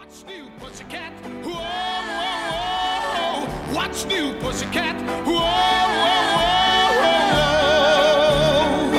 What's new, pussycat? Whoa, whoa, whoa. What's new, pussycat? Whoa, whoa, whoa.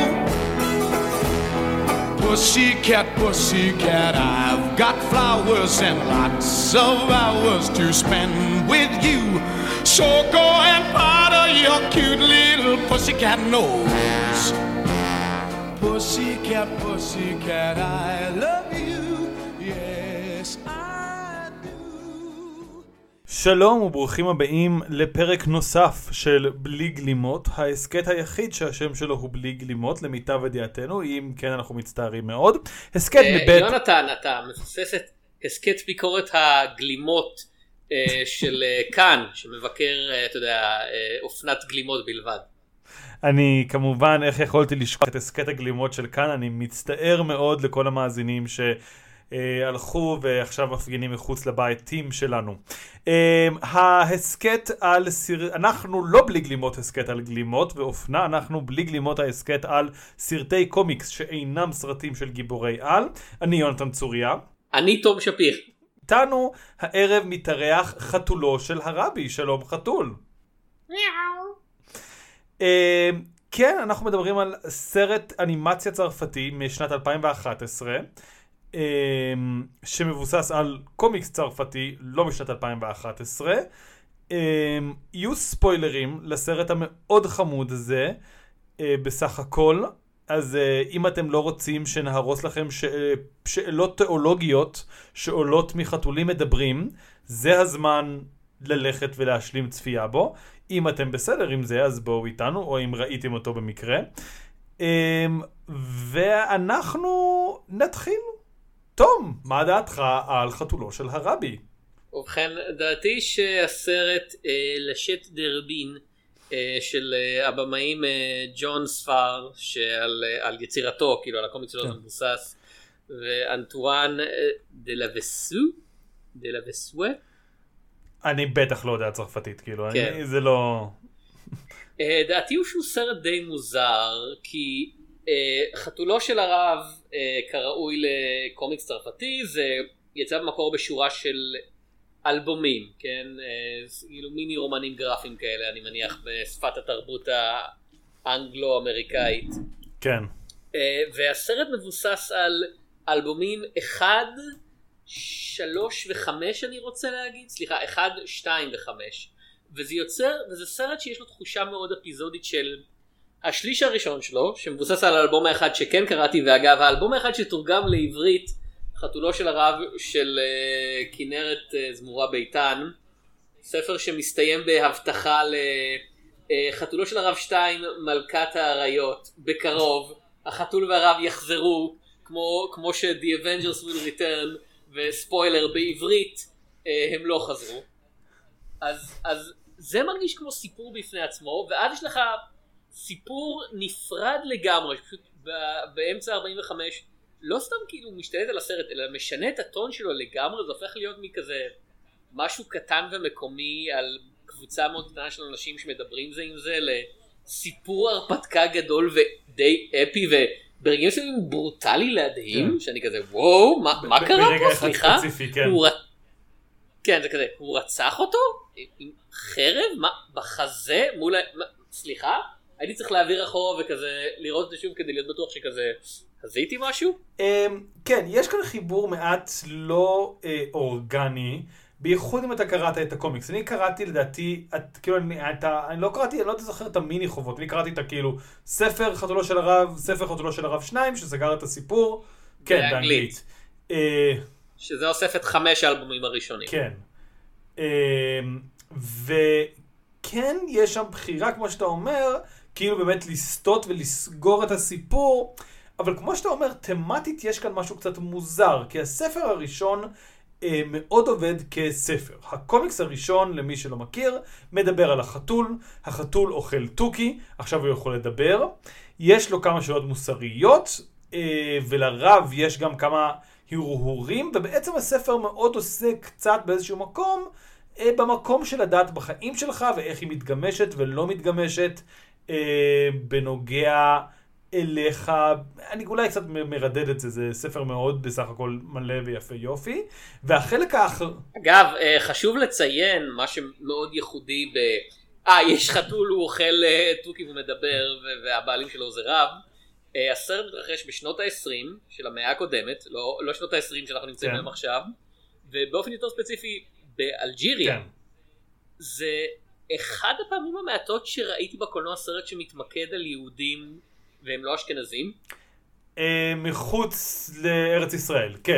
Pussycat, pussycat, I've got flowers and lots of hours to spend with you. So go and powder your cute little pussycat nose. Pussycat, pussycat, I love you. Yes, I do. שלום וברוכים הבאים לפרק נוסף של בלי גלימות, ההסקט היחיד שהשם שלו הוא בלי גלימות, למיטב ידיעתנו, אם כן אנחנו מצטערים מאוד. הסקט מבית... יונתן, אתה מפספס את הסקט ביקורת הגלימות של כאן, שמבקר, אתה יודע, אופנת גלימות בלבד. אני כמובן, איך יכולתי לשכוח את הסקט הגלימות של כאן, אני מצטער מאוד לכל המאזינים שהלכו ועכשיו מפגינים מחוץ לביתים שלנו. ההסקט על אנחנו לא בלי גלימות הסקט על גלימות ואופנה, אנחנו בלי גלימות ההסקט על סרטי קומיקס שאינם סרטים של גיבורי על. אני יונתן צוריה. אני תום שפיר. איתנו הערב מתארח חתולו של הרבי. שלום חתול. כן, אנחנו מדברים על סרט אנימציה צרפתי משנת 2011 שמבוסס על קומיקס צרפתי לא משנת 2011. יהיו ספוילרים לסרט המאוד חמוד הזה בסך הכל, אז אם אתם לא רוצים שנהרוס לכם שאלות תיאולוגיות שעולות מחתולים מדברים, זה הזמן ללכת ולהשלים צפייה בו. אם אתם בסדר עם זה, אז בואו איתנו, או אם ראיתם אותו במקרה. ואנחנו נתחיל. תום, מה דעתך על חתולו של הרבי? ובכן, דעתי שהסרט לשט דרבין של הבמאים ג'ון ספאר, שעל יצירתו, כאילו על הקומיקס שלו מבוסס, ואנטואן דלווסואה, אני בטח לא יודע צרפתית, כאילו, זה לא... דעתי הוא שהוא סרט די מוזר, כי חתולו של הרב, כראוי לקומיקס צרפתי, זה יצא במקור בשורה של אלבומים, כן? כאילו מיני רומנים גרפיים כאלה, אני מניח, בשפת התרבות האנגלו-אמריקאית. כן. והסרט מבוסס על אלבומים 1, 3 ו5 אני רוצה להגיד, סליחה, 1, 2 ו5, וזה סרט שיש לו תחושה מאוד אפיזודית של השליש הראשון שלו, שמבוסס על האלבום האחד שכן קראתי, ואגב האלבום האחד שתורגם לעברית, חתולו של הרב של כנרת זמורה ביתן, ספר שמסתיים בהבטחה לחתולו של הרב 2 מלכת האריות, בקרוב החתול והרב יחזרו, כמו ש-The Avengers will return, וספוילר בעברית הם לא חזרו. אז זה מרגיש כמו סיפור בפני עצמו, ואז יש לך סיפור נפרד לגמרי, פשוט באמצע 45 לא סתם כאילו משתלט על הסרט, אלא משנה את הטון שלו לגמרי. זה הופך להיות מכזה משהו קטן ומקומי על קבוצה מאוד קטנה של אנשים שמדברים זה עם זה, לסיפור הרפתקה גדול ודי אפי ברגעים מסוימים ברוטלי להדהים, שאני כזה וואו, מה קרה פה? סליחה? כן, זה כזה, הוא רצח אותו? עם חרב? מה? בחזה? סליחה? הייתי צריך להעביר אחורה וכזה לראות את זה שוב כדי להיות בטוח שכזה חזיתי משהו? כן, יש כאן חיבור מעט לא אורגני, בייחוד אם אתה קראת את הקומיקס. אני קראתי לדעתי, כאילו אני לא קראתי, אני לא זוכר את המיני חובות, אני קראתי את כאילו ספר חתולו של הרב, ספר חתולו של הרב 2 שסגר את הסיפור, כן, באנגלית. שזה אוסף את 5 האלבומים הראשונים. כן. וכן יש שם בחירה כמו שאתה אומר, כאילו באמת לסטות ולסגור את הסיפור, אבל כמו שאתה אומר, תמטית יש כאן משהו קצת מוזר, כי הספר הראשון מאוד עובד כספר. הקומיקס הראשון, למי שלא מכיר, מדבר על החתול. החתול אוכל טוקי, עכשיו הוא יכול לדבר. יש לו כמה שאלות מוסריות, ולרב יש גם כמה הרהורים, ובעצם הספר מאוד עושה קצת באיזשהו מקום, במקום של הדת בחיים שלך, ואיך היא מתגמשת ולא מתגמשת, בנוגע אליך, אני אולי קצת מרדד את זה, זה ספר מאוד בסך הכל מלא ויפה יופי, והחלק האחר... אגב, חשוב לציין מה שמאוד ייחודי יש חתול, הוא אוכל תוכי ומדבר, והבעלים שלו זה רב. הסרט מתרחש בשנות ה-20 של המאה הקודמת, לא שנות ה-20 שאנחנו נמצאים בהם עכשיו, ובאופן יותר ספציפי באלג'יריה. זה אחד הפעמים המעטות שראיתי בקולנוע סרט שמתמקד על יהודים והם לא אשכנזים. מחוץ לארץ ישראל, כן.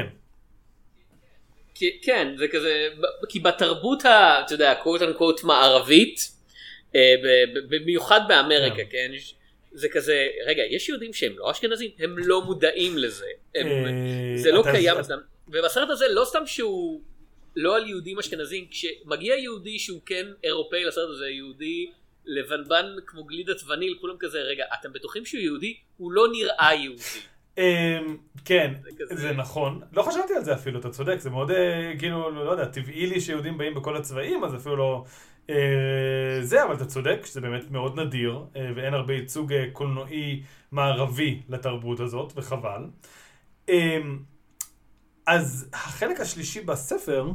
כן, זה כזה, כי בתרבות אתה יודע, quote unquote מערבית, במיוחד באמריקה, כן? זה כזה, רגע, יש יהודים שהם לא אשכנזים, הם לא מודעים לזה. זה לא קיים אצלם. ובסרט הזה לא סתם שהוא לא על יהודים אשכנזים, כשמגיע יהודי שהוא כן אירופאי לסרט הזה, יהודי לבנבן כמו גלידת וניל, כולם כזה, רגע, אתם בטוחים שהוא יהודי? הוא לא נראה יהודי. כן, זה נכון. לא חשבתי על זה אפילו, אתה צודק, זה מאוד, כאילו, לא יודע, טבעי לי שיהודים באים בכל הצבעים, אז אפילו לא... זה, אבל אתה צודק, שזה באמת מאוד נדיר, ואין הרבה ייצוג קולנועי מערבי לתרבות הזאת, וחבל. אז החלק השלישי בספר,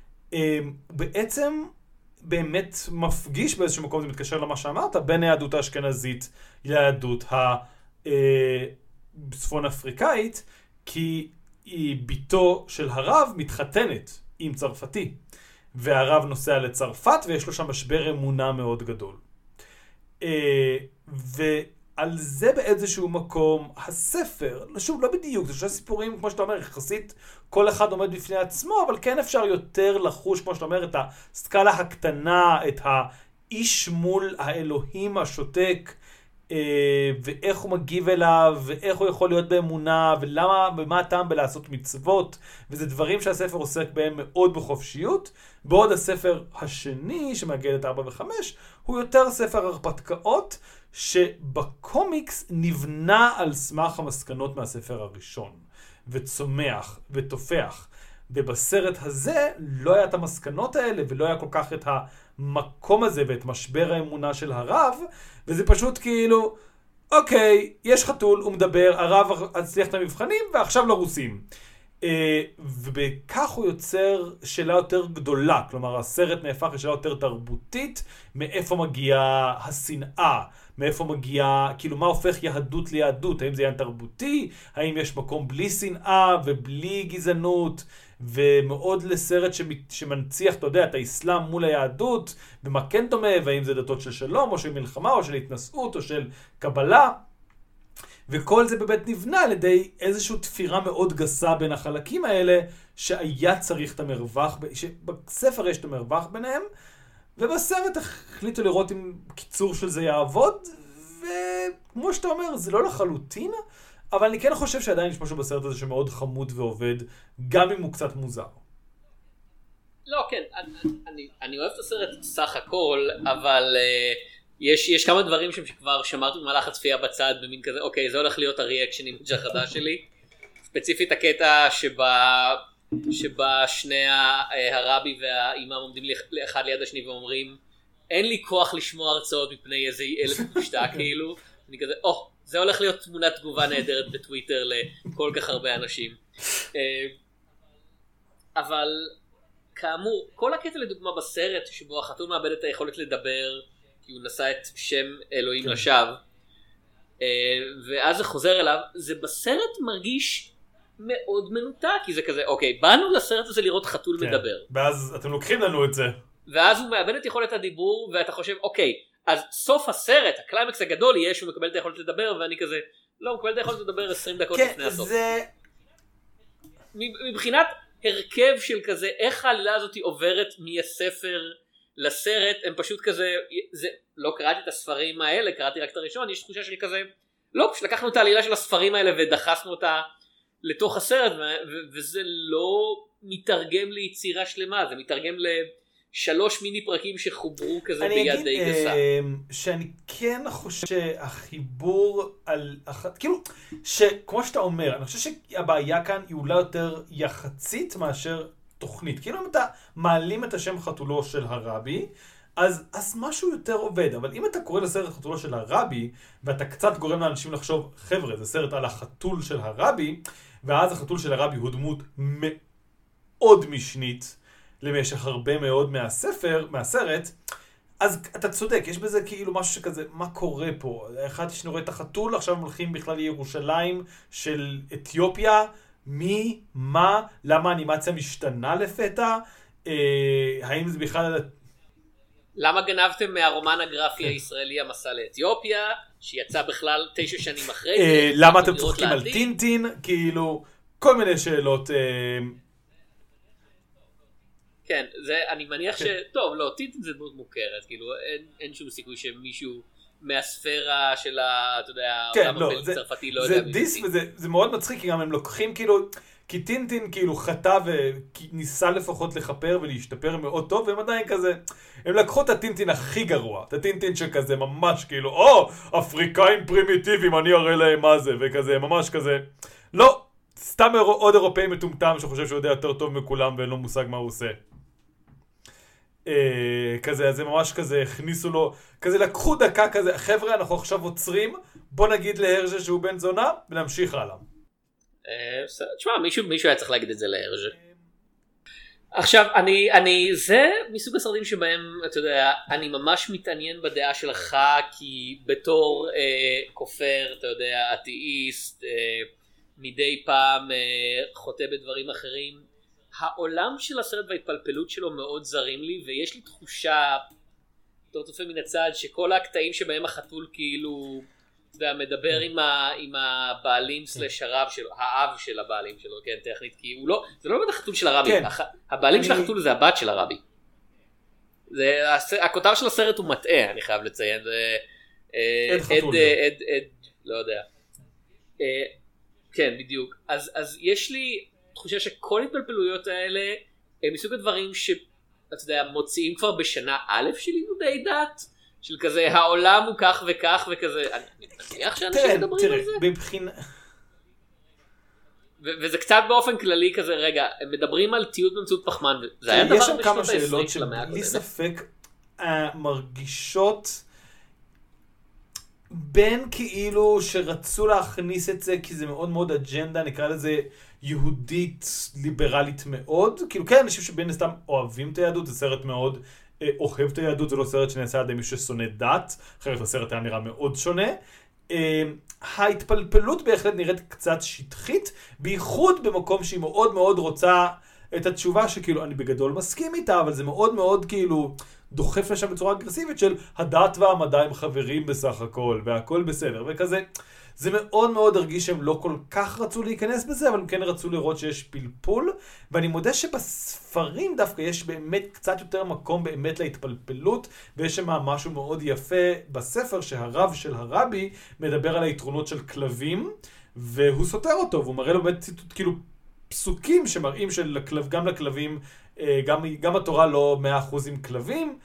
בעצם באמת מפגיש באיזשהו מקום, זה מתקשר למה שאמרת, בין היהדות האשכנזית ליהדות הצפון אפריקאית, כי היא ביתו של הרב מתחתנת עם צרפתי, והרב נוסע לצרפת ויש לו שם משבר אמונה מאוד גדול. ועל זה באיזשהו מקום הספר, שוב לא בדיוק, זה שלושה סיפורים כמו שאתה אומר, יחסית כל אחד עומד בפני עצמו, אבל כן אפשר יותר לחוש כמו שאתה אומר את הסקאלה הקטנה, את האיש מול האלוהים השותק, ואיך הוא מגיב אליו, ואיך הוא יכול להיות באמונה, ולמה, ומה הטעם בלעשות מצוות, וזה דברים שהספר עוסק בהם מאוד בחופשיות, בעוד הספר השני, שמגיע את 4 ו-5, הוא יותר ספר הרפתקאות, שבקומיקס נבנה על סמך המסקנות מהספר הראשון, וצומח ותופח, ובסרט הזה לא היה את המסקנות האלה, ולא היה כל כך את המקום הזה, ואת משבר האמונה של הרב, וזה פשוט כאילו, אוקיי, יש חתול, הוא מדבר, הרב הצליח את המבחנים, ועכשיו לרוסים. ובכך הוא יוצר שאלה יותר גדולה, כלומר הסרט נהפך לשאלה יותר תרבותית, מאיפה מגיעה השנאה, מאיפה מגיעה, כאילו מה הופך יהדות ליהדות, האם זה עניין תרבותי, האם יש מקום בלי שנאה ובלי גזענות, ומאוד לסרט שמנציח, אתה יודע, את האסלאם מול היהדות, ומה כן דומה, והאם זה דתות של שלום, או של מלחמה, או של התנשאות, או של קבלה, וכל זה באמת נבנה על ידי איזושהי תפירה מאוד גסה בין החלקים האלה, שהיה צריך את המרווח, שבספר יש את המרווח ביניהם, ובסרט החליטו לראות אם קיצור של זה יעבוד, וכמו שאתה אומר, זה לא לחלוטין, אבל אני כן חושב שעדיין יש משהו בסרט הזה שמאוד חמוד ועובד, גם אם הוא קצת מוזר. לא, כן, אני אוהב את הסרט סך הכל, אבל יש כמה דברים שכבר שמרתי במהלך הצפייה בצד, במין כזה, אוקיי, זה הולך להיות הריאקשן אימג' החדש שלי. ספציפית הקטע שבה שני הרבי והאימאם עומדים אחד ליד השני ואומרים, אין לי כוח לשמוע הרצאות מפני איזה אלף פושטה, כאילו. אני כזה, זה הולך להיות תמונת תגובה נהדרת בטוויטר לכל כך הרבה אנשים. אבל כאמור, כל הקטע לדוגמה בסרט שבו החתול מאבד את היכולת לדבר, כי הוא נשא את שם אלוהים לשווא, ואז זה חוזר אליו, זה בסרט מרגיש מאוד מנותק, כי זה כזה, אוקיי, באנו לסרט הזה לראות חתול מדבר. ואז אתם לוקחים לנו את זה. ואז הוא מאבד את יכולת הדיבור, ואתה חושב, אוקיי, אז סוף הסרט, הקליימקס הגדול יהיה שהוא מקבל את היכולת לדבר, ואני כזה, לא, הוא מקבל את היכולת לדבר 20 דקות לפני הסוף. מבחינת הרכב של כזה, איך העלילה הזאת עוברת מהספר לסרט, הם פשוט כזה, לא קראתי את הספרים האלה, קראתי רק את הראשון, יש תחושה שלי כזה, לא, פשוט לקחנו את העלילה של הספרים האלה ודחסנו אותה לתוך הסרט, וזה לא מתרגם ליצירה שלמה, זה מתרגם ל3 מיני פרקים שחוברו כזה ביד די גסה. אני אגיד שאני כן חושב שהחיבור על, כאילו, שכמו שאתה אומר, אני חושב שהבעיה כאן היא אולי יותר יחצית מאשר תוכנית. כאילו אם אתה מעלים את השם חתולו של הרבי, אז משהו יותר עובד. אבל אם אתה קורא לסרט חתולו של הרבי, ואתה קצת גורם לאנשים לחשוב, חבר'ה, זה סרט על החתול של הרבי, ואז החתול של הרבי הוא דמות מאוד משנית למשך הרבה מאוד מהסרט, אז אתה צודק, יש בזה כאילו משהו שכזה, מה קורה פה? אחד שנראה את החתול, עכשיו הם הולכים בכלל לירושלים של אתיופיה, מי, מה, למה האנימציה משתנה לפתע, האם זה בכלל... למה גנבתם מהרומן הגרפי הישראלי המסע לאתיופיה, שיצא בכלל 9 שנים אחרי זה? למה אתם צוחקים על טינטין? כאילו, כל מיני שאלות... כן, אני מניח טוב, לא, טינטין זה דמות מוכרת, כאילו, אין שום סיכוי שמישהו מהספירה של אתה יודע, העולם הבלתי צרפתי לא יודע. זה דיס וזה מאוד מצחיק, כי גם הם לוקחים כאילו, כי טינטין כאילו חטא וניסה לפחות לחפר ולהשתפר מאוד טוב, והם עדיין כזה, הם לקחו את הטינטין הכי גרוע, את הטינטין שכזה ממש כאילו, אפריקאים פרימיטיביים, אני אראה להם מה זה, וכזה, ממש כזה, לא, סתם עוד אירופאי מטומטם שחושב שהוא יודע יותר טוב מכולם ואין לו מושג מה הוא עושה. כזה, אז זה ממש כזה, הכניסו לו, כזה לקחו דקה כזה, חבר'ה, אנחנו עכשיו עוצרים, בוא נגיד להרז'ה שהוא בן זונה, ונמשיך הלאה. תשמע, מישהו היה צריך להגיד את זה להרז'ה. עכשיו, זה מסוג הסרטים שבהם, אתה יודע, אני ממש מתעניין בדעה שלך, כי בתור כופר, אתה יודע, אתאיסט, מדי פעם חוטא בדברים אחרים, העולם של הסרט וההתפלפלות שלו מאוד זרים לי, ויש לי תחושה, יותר צופה מן הצד, שכל הקטעים שבהם החתול כאילו, אתה יודע, מדבר עם הבעלים סלש הרב שלו, האב של הבעלים שלו, כן, טכנית, כי הוא לא, זה לא באמת החתול של הרבי, הבעלים של החתול זה הבת של הרבי. הכותב של הסרט הוא מטעה, אני חייב לציין, זה לא יודע. כן, בדיוק. אז יש לי תחושה שכל התפלפלויות האלה הם מסוג הדברים שאתה יודע, מוציאים כבר בשנה א' של לימודי דת, של כזה העולם הוא כך וכך וכזה, אני מניח שאנשים מדברים על זה. בבחינה... וזה קצת באופן כללי כזה, רגע, הם מדברים על תיעוד באמצעות פחמן, זה היה דבר בשנות ה-20 של המאה הקודמת. בלי ספק מרגישות בין כאילו שרצו להכניס את זה, כי זה מאוד מאוד אג'נדה, נקרא לזה יהודית ליברלית מאוד, כאילו כן, אנשים שבין סתם אוהבים את היהדות, זה סרט מאוד אוהב את היהדות, זה לא סרט שנעשה עד מישהו ששונא דת, אחרת הסרט היה נראה מאוד שונה. ההתפלפלות בהחלט נראית קצת שטחית, בייחוד במקום שהיא מאוד מאוד רוצה את התשובה שכאילו אני בגדול מסכים איתה, אבל זה מאוד מאוד כאילו דוחף לשם בצורה אגרסיבית של הדת והמדע הם חברים בסך הכל, והכל בסדר, וכזה. זה מאוד מאוד הרגיש שהם לא כל כך רצו להיכנס בזה, אבל הם כן רצו לראות שיש פלפול, ואני מודה שבספרים דווקא יש באמת קצת יותר מקום באמת להתפלפלות, ויש שם משהו מאוד יפה בספר שהרב של הרבי מדבר על היתרונות של כלבים, והוא סותר אותו, והוא מראה לו באמת ציטוט, כאילו פסוקים שמראים שגם לכלבים, גם התורה לא 100% עם כלבים,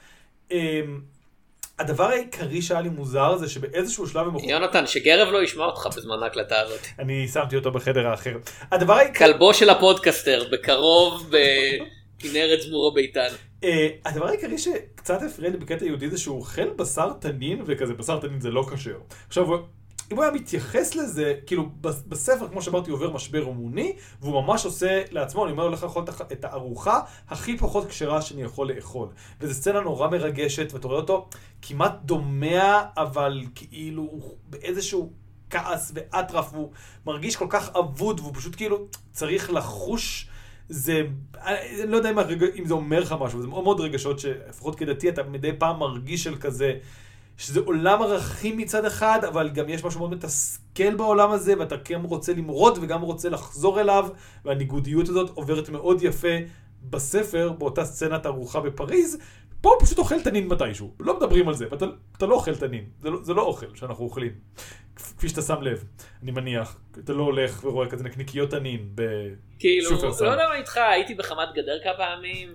הדבר העיקרי שהיה לי מוזר זה שבאיזשהו שלב... יונתן, שגרב לא ישמע אותך בזמן ההקלטה הזאת. אני שמתי אותו בחדר האחר. כלבו של הפודקאסטר, בקרוב בכנרת זמורו ביתן. הדבר העיקרי שקצת הפריע לי בקטע יהודי זה שהוא אוכל בשר תנין, וכזה בשר תנין זה לא כשר. עכשיו, אם הוא היה מתייחס לזה, כאילו בספר, כמו שאמרתי, עובר משבר אמוני, והוא ממש עושה לעצמו, אני אומר, הולך לאכול את הארוחה הכי פחות כשרה שאני יכול לאכול. וזו סצנה נורא מרגשת, ואתה רואה אותו כמעט דומע, אבל כאילו הוא באיזשהו כעס ואטרף, והוא מרגיש כל כך אבוד, והוא פשוט כאילו צריך לחוש, אני לא יודע אם זה אומר לך משהו, זה מאוד מאוד רגשות שלפחות כדתי, אתה מדי פעם מרגיש של כזה, שזה עולם ערכים מצד אחד, אבל גם יש משהו מאוד מתסכל בעולם הזה, ואתה גם רוצה למרוד וגם רוצה לחזור אליו, והניגודיות הזאת עוברת מאוד יפה בספר, באותה סצנת ארוחה בפריז. פה הוא פשוט אוכל תנין מתישהו, לא מדברים על זה, ואתה לא אוכל תנין, זה לא אוכל שאנחנו אוכלים, כפי שאתה שם לב, אני מניח, אתה לא הולך ורואה כזה נקניקיות תנין בשופרסל. כאילו, לא יודע מה איתך, הייתי בחמת גדר כמה פעמים,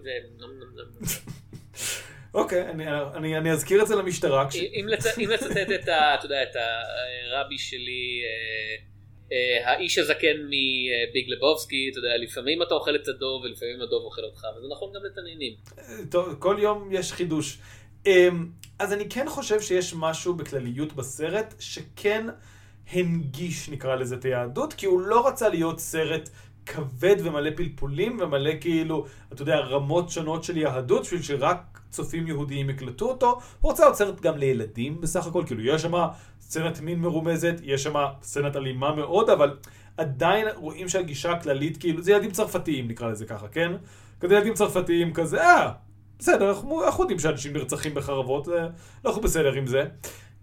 אוקיי, אני אזכיר את זה למשטרה. אם לצטט את הרבי שלי, האיש הזקן מביג לבובסקי, אתה יודע, לפעמים אתה אוכל את הדוב ולפעמים הדוב אוכל אותך, וזה נכון גם לתנינים. כל יום יש חידוש. אז אני כן חושב שיש משהו בכלליות בסרט שכן הנגיש, נקרא לזה, את היהדות, כי הוא לא רצה להיות סרט כבד ומלא פלפולים ומלא כאילו, אתה יודע, רמות שונות של יהדות, בשביל שרק צופים יהודיים יקלטו אותו. הוא רצה להיות סרט גם לילדים בסך הכל, כאילו יש שם סצנת מין מרומזת, יש שם סצנת אלימה מאוד, אבל עדיין רואים שהגישה הכללית, כאילו, זה ילדים צרפתיים, נקרא לזה ככה, כן? כזה ילדים צרפתיים כזה, בסדר, אנחנו יודעים שאנשים נרצחים בחרבות, אנחנו בסדר עם זה.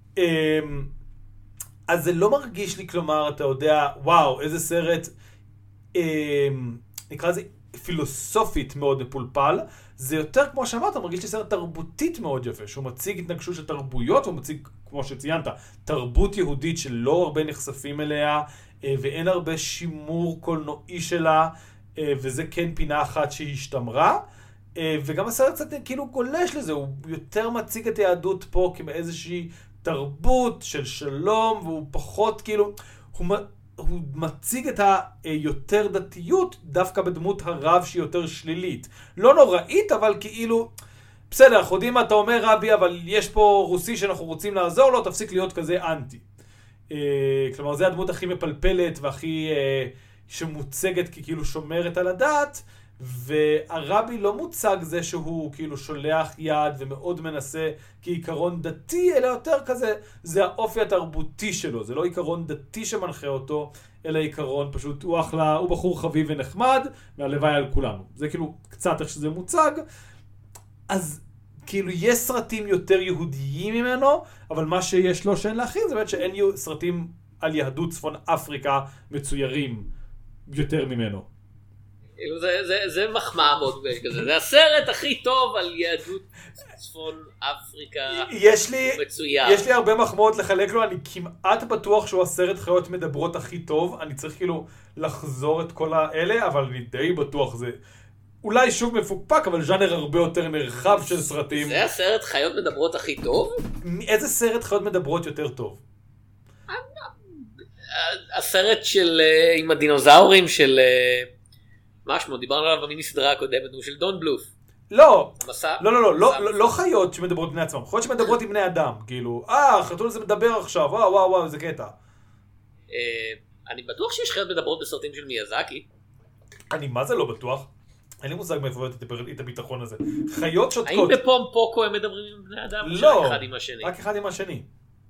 אז זה לא מרגיש לי, כלומר, אתה יודע, וואו, איזה סרט, נקרא לזה פילוסופית מאוד מפולפל, זה יותר, כמו שאמרת, מרגיש לי סרט תרבותית מאוד יפה, שהוא מציג התנגשות של תרבויות, הוא מציג, כמו שציינת, תרבות יהודית שלא הרבה נחשפים אליה, ואין הרבה שימור קולנועי שלה, וזה כן פינה אחת שהיא השתמרה, וגם הסרט קצת כאילו גולש לזה, הוא יותר מציג את היהדות פה כאיזושהי תרבות של שלום, והוא פחות כאילו, הוא מציג את היותר דתיות דווקא בדמות הרב שהיא יותר שלילית. לא נוראית, אבל כאילו, בסדר, אנחנו יודעים מה אתה אומר רבי, אבל יש פה רוסי שאנחנו רוצים לעזור לו, תפסיק להיות כזה אנטי. כלומר, זה הדמות הכי מפלפלת והכי שמוצגת ככאילו שומרת על הדת, והרבי לא מוצג זה שהוא כאילו שולח יד ומאוד מנסה כעיקרון דתי, אלא יותר כזה, זה האופי התרבותי שלו, זה לא עיקרון דתי שמנחה אותו, אלא עיקרון פשוט, הוא אחלה, הוא בחור חביב ונחמד, והלוואי על כולנו. זה כאילו קצת איך שזה מוצג, אז כאילו יש סרטים יותר יהודיים ממנו, אבל מה שיש לו שאין להכין, זה באמת שאין סרטים על יהדות צפון אפריקה מצוירים יותר ממנו. זה מחמאה מאוד כזה, זה הסרט הכי טוב על יהדות צפון אפריקה מצויר. יש לי הרבה מחמאות לחלק לו, אני כמעט בטוח שהוא הסרט חיות מדברות הכי טוב, אני צריך כאילו לחזור את כל האלה, אבל אני די בטוח זה אולי שוב מפוקפק, אבל ז'אנר הרבה יותר נרחב של סרטים. זה הסרט חיות מדברות הכי טוב? איזה סרט חיות מדברות יותר טוב? הסרט של עם הדינוזאורים של מה שמו, דיברנו עליו במיני סדרה הקודמת, הוא של דון בלוף. לא, לא חיות שמדברות בני עצמם, חיות שמדברות עם בני אדם, כאילו, החתול הזה מדבר עכשיו, וואו, איזה קטע. אני בטוח שיש חיות מדברות בסרטים של מיאזקי. אני מה זה לא בטוח? אין לי מוזג מאיפה את הביטחון הזה. חיות שותקות. האם בפום פוקו הם מדברים עם בני אדם? לא, אחד עם השני? רק אחד עם השני.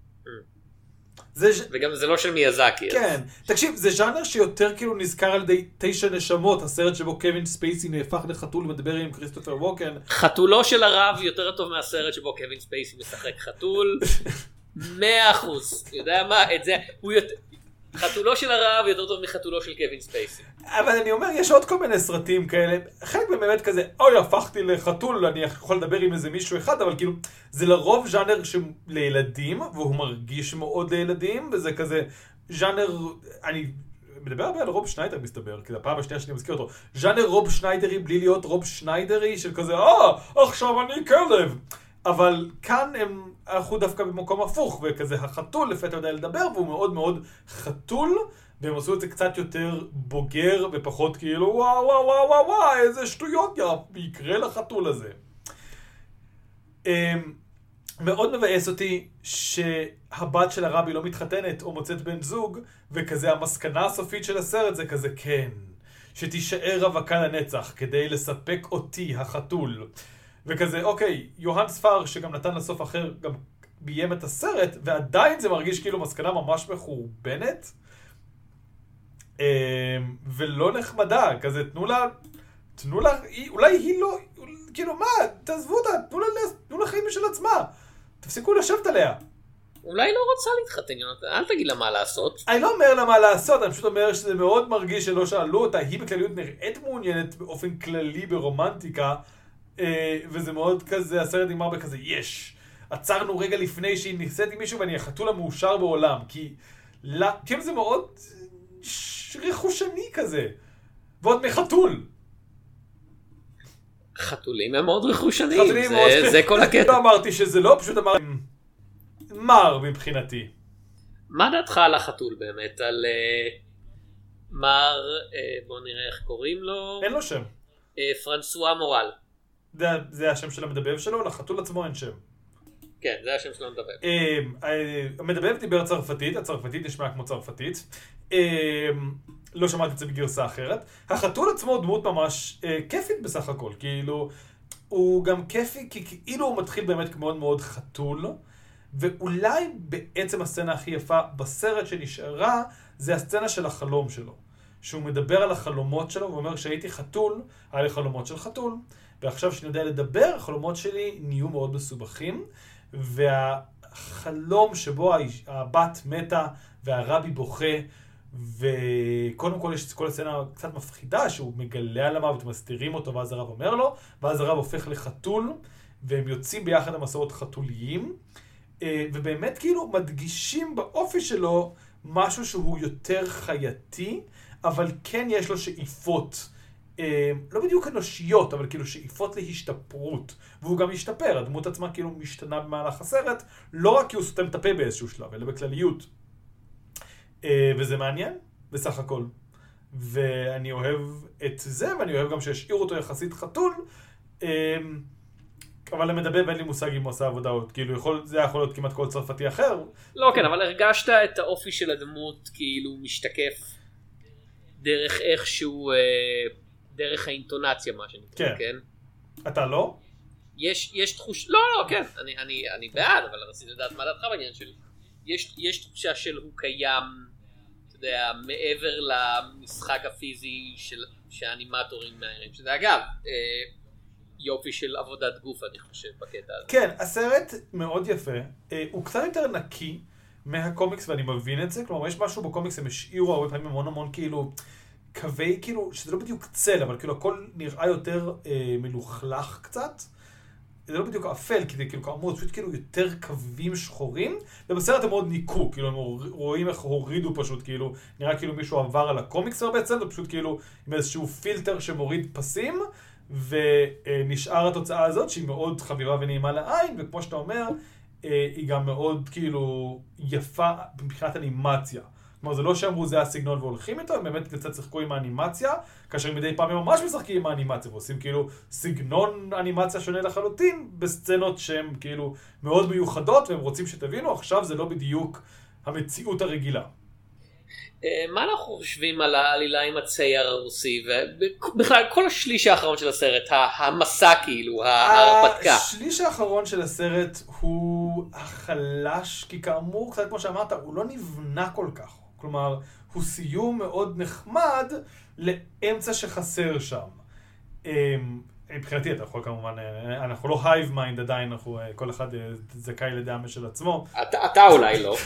וגם זה לא של מיאזקי. כן, תקשיב, זה ז'אנר שיותר כאילו נזכר על ידי 9 נשמות, הסרט שבו קווין ספייסי נהפך לחתול ומדבר עם כריסטופר ווקן. חתולו של הרב יותר טוב מהסרט שבו קווין ספייסי משחק חתול. 100%. יודע מה? את זה, חתולו של הרב יותר טוב מחתולו של קווין ספייסי. אבל אני אומר, יש עוד כל מיני סרטים כאלה, חלק באמת כזה, אוי, הפכתי לחתול, אני יכול לדבר עם איזה מישהו אחד, אבל כאילו, זה לרוב ז'אנר לילדים, והוא מרגיש מאוד לילדים, וזה כזה ז'אנר, אני מדבר הרבה על רוב שניידר מסתבר, כי זה הפעם השנייה שאני מזכיר אותו, ז'אנר רוב שניידרי בלי להיות רוב שניידרי, של כזה, עכשיו אני כלב. אבל כאן הם הלכו דווקא במקום הפוך, וכזה החתול לפתע יודע לדבר, והוא מאוד מאוד חתול, והם עשו את זה קצת יותר בוגר, ופחות כאילו וואו, איזה שטויות יקרה לחתול הזה. מאוד מבאס אותי שהבת של הרבי לא מתחתנת או מוצאת בן זוג, וכזה המסקנה הסופית של הסרט זה כזה כן, שתישאר רווקה לנצח כדי לספק אותי החתול. וכזה, אוקיי, יוהאן ספאר, שגם נתן לסוף אחר, גם ביים את הסרט, ועדיין זה מרגיש כאילו מסקנה ממש מחורבנת, ולא נחמדה, כזה, תנו לה, אולי היא לא, כאילו מה, תעזבו אותה, תנו לה חיים משל עצמה, תפסיקו לשבת עליה. אולי לא רוצה להתחתן, אל תגיד לה מה לעשות. אני לא אומר לה מה לעשות, אני פשוט אומר שזה מאוד מרגיש שלא שאלו אותה, היא בכלליות נראית מעוניינת באופן כללי ברומנטיקה, וזה מאוד כזה, הסרט נגמר בכזה, עצרנו רגע לפני שהיא ניסית עם מישהו ואני החתול המאושר בעולם, כי זה מאוד רכושני כזה, ועוד מחתול. חתולים הם מאוד רכושניים, זה כל הקטע. לא אמרתי שזה לא, פשוט אמרתי מר מבחינתי. מה דעתך על החתול באמת? על מר, בוא נראה איך קוראים לו. אין לו שם. פרנסואה מורל. זה השם של המדבב שלו, לחתול עצמו אין שם. כן, זה השם שלו מדבר. המדבב דיבר צרפתית, הצרפתית נשמע כמו צרפתית. לא שמעתי את זה בגרסה אחרת. החתול עצמו הוא דמות ממש כיפית בסך הכל, כאילו, הוא גם כיפי, כי כאילו הוא מתחיל באמת מאוד מאוד חתול, ואולי בעצם הסצנה הכי יפה בסרט שנשארה, זה הסצנה של החלום שלו. שהוא מדבר על החלומות שלו, ואומר, כשהייתי חתול, היה לי חלומות של חתול, ועכשיו שאני יודע לדבר, החלומות שלי נהיו מאוד מסובכים, והחלום שבו הבת מתה, והרבי בוכה, וקודם כל יש כל הסצנה קצת מפחידה, שהוא מגלה על המוות, מסתירים אותו, ואז הרב אומר לו, ואז הרב הופך לחתול, והם יוצאים ביחד למסעות חתוליים, ובאמת כאילו מדגישים באופי שלו משהו שהוא יותר חייתי, אבל כן יש לו שאיפות, לא בדיוק אנושיות, אבל כאילו שאיפות להשתפרות, והוא גם משתפר, הדמות עצמה כאילו משתנה במהלך הסרט, לא רק כי הוא סותם את הפה באיזשהו שלב, אלא בכלליות. וזה מעניין, בסך הכל. ואני אוהב את זה, ואני אוהב גם שהשאיר אותו יחסית חתול, אבל למדבב אין לי מושג אם הוא עושה עבודה עוד, כאילו זה יכול להיות כמעט כל צרפתי אחר. לא, כן, אבל הרגשת את האופי של הדמות כאילו משתקף דרך איכשהו, דרך האינטונציה מה שנקרא, כן? אתה לא? יש תחוש, לא, כן, אני בעד, אבל רציתי לדעת מה דעתך בעניין שלי. יש תחושה של הוא קיים, אתה יודע, מעבר למשחק הפיזי שהאנימטורים מהירים, שזה אגב, יופי של עבודת גוף אני חושב בקטע הזה. כן, הסרט מאוד יפה, הוא קצת יותר נקי מהקומיקס ואני מבין את זה, כלומר יש משהו בקומיקס, הם השאירו הרבה פעמים המון כאילו קווי, כאילו, שזה לא בדיוק צל, אבל כאילו הכל נראה יותר מלוכלך קצת, זה לא בדיוק אפל, כי זה כאילו כאמור, פשוט כאילו יותר קווים שחורים, ובסרט הם מאוד ניקו, כאילו הם רואים איך הורידו פשוט, כאילו, נראה כאילו מישהו עבר על הקומיקס הרבה צד, פשוט כאילו עם איזשהו פילטר שמוריד פסים, ונשאר התוצאה הזאת שהיא מאוד חביבה ונעימה לעין, וכמו שאתה אומר, היא גם מאוד כאילו יפה מבחינת אנימציה. כלומר, זה לא שאמרו זה הסגנון והולכים איתו, הם באמת קצת שיחקו עם האנימציה, כאשר מדי פעם הם ממש משחקים עם האנימציה, ועושים כאילו סגנון אנימציה שונה לחלוטין, בסצנות שהן כאילו מאוד מיוחדות, והם רוצים שתבינו, עכשיו זה לא בדיוק המציאות הרגילה. מה אנחנו חושבים על העלילה עם הצייר הרוסי, ובכלל כל השליש האחרון של הסרט, המסע כאילו, ההרפתקה? השליש האחרון של הסרט הוא החלש, כי כאמור, קצת כמו שאמרת, הוא לא נבנה כל כך. כלומר, הוא סיום מאוד נחמד לאמצע שחסר שם. מבחינתי, אתה יכול כמובן, אנחנו לא הייב מיינד עדיין, אנחנו כל אחד זכאי לדעה משל עצמו. אתה אולי לא.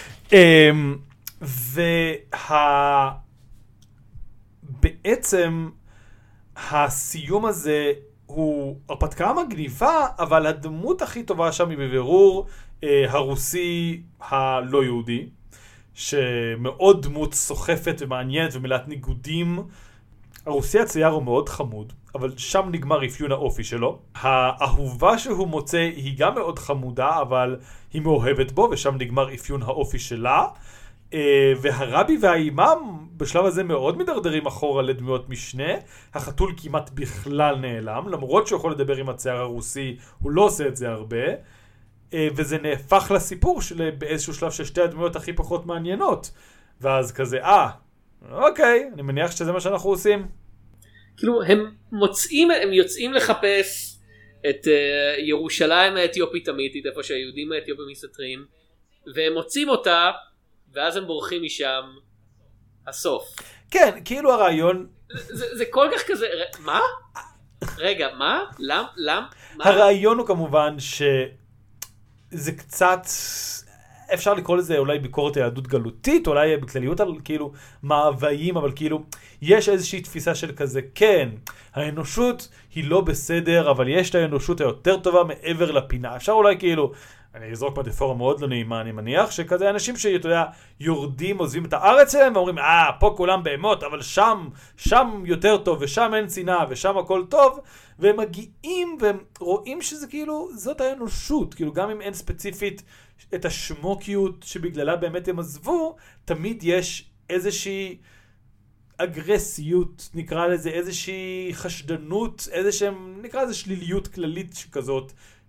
בעצם הסיום הזה הוא הרפתקה מגניבה, אבל הדמות הכי טובה שם היא בבירור הרוסי הלא יהודי, שמאוד דמות סוחפת ומעניינת ומילת ניגודים. הרוסי הצייר הוא מאוד חמוד, אבל שם נגמר אפיון האופי שלו. האהובה שהוא מוצא היא גם מאוד חמודה, אבל היא מאוהבת בו, ושם נגמר אפיון האופי שלה. והרבי והאימאם בשלב הזה מאוד מדרדרים אחורה לדמויות משנה. החתול כמעט בכלל נעלם, למרות שהוא יכול לדבר עם הצייר הרוסי, הוא לא עושה את זה הרבה. וזה נהפך לסיפור של באיזשהו שלב של שתי הדמויות הכי פחות מעניינות. ואז כזה, אוקיי, אני מניח שזה מה שאנחנו עושים. כאילו, הם יוצאים לחפש את ירושלים האתיופית אמיתית, איפה שהיהודים האתיופים מסתתרים, והם מוצאים אותה, ואז הם בורחים משם, הסוף. כן, כאילו הרעיון... זה כל כך כזה, מה? רגע, מה? למה? הרעיון הוא כמובן שזה קצת... אפשר לקרוא לזה אולי ביקורת היהדות גלותית, אולי בכלליות על כאילו מאוויים, אבל כאילו יש איזושהי תפיסה של כזה, כן, האנושות היא לא בסדר, אבל יש את האנושות היותר טובה מעבר לפינה. אפשר אולי כאילו, אני אזרוק מטאפורה מאוד לא נעימה, אני מניח, שכזה אנשים שאתה יודע, יורדים, עוזבים את הארץ שלהם, ואומרים, פה כולם בהמות, אבל שם יותר טוב, ושם אין צנעה, ושם הכל טוב, והם מגיעים, והם רואים שזה כאילו, זאת האנושות, כאילו גם אם אין ספציפית את השמוקיות שבגללה באמת הם עזבו, תמיד יש איזושהי אגרסיות, נקרא לזה איזושהי חשדנות, נקרא לזה שליליות כללית כזאת,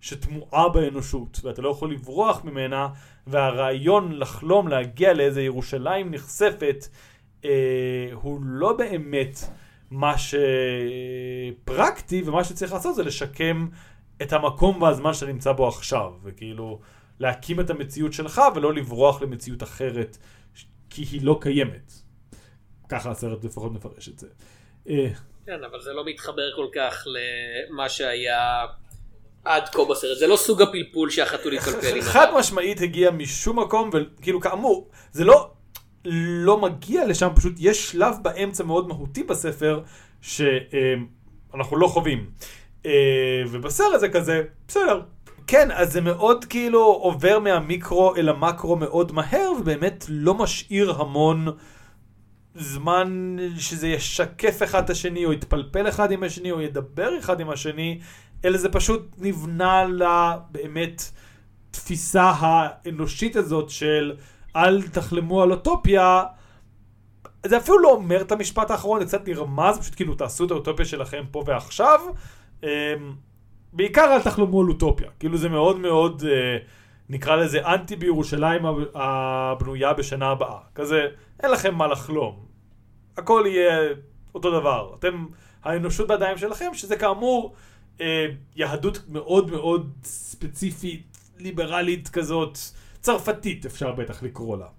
שתמועה באנושות, ואתה לא יכול לברוח ממנה, והרעיון לחלום להגיע לאיזה ירושלים נחשפת, הוא לא באמת מה שפרקטי, ומה שצריך לעשות זה לשקם את המקום והזמן שאתה נמצא בו עכשיו, וכאילו להקים את המציאות שלך, ולא לברוח למציאות אחרת, כי היא לא קיימת. ככה הסרט לפחות מפרש את זה. כן, אבל זה לא מתחבר כל כך למה שהיה עד כה בסרט. זה לא סוג הפלפול שהחתול התפלפל עם חד משמעית הגיע משום מקום, וכאילו כאמור, זה לא מגיע לשם, פשוט יש שלב באמצע מאוד מהותי בספר, שאנחנו לא חווים. ובסרט זה כזה, בסדר. כן, אז זה מאוד כאילו עובר מהמיקרו אל המקרו מאוד מהר, ובאמת לא משאיר המון זמן שזה ישקף אחד את השני, או יתפלפל אחד עם השני, או ידבר אחד עם השני, אלא זה פשוט נבנה לה באמת תפיסה האנושית הזאת של אל תחלמו על אוטופיה. זה אפילו לא אומר את המשפט האחרון, זה קצת נרמז, פשוט כאילו תעשו את האוטופיה שלכם פה ועכשיו. בעיקר אל תחלמו על אוטופיה, כאילו זה מאוד מאוד, נקרא לזה אנטי בירושלים הבנויה בשנה הבאה. כזה, אין לכם מה לחלום. הכל יהיה אותו דבר. האנושות בידיים שלכם, שזה כאמור יהדות מאוד מאוד ספציפית, ליברלית כזאת, צרפתית אפשר בטח לקרוא לה.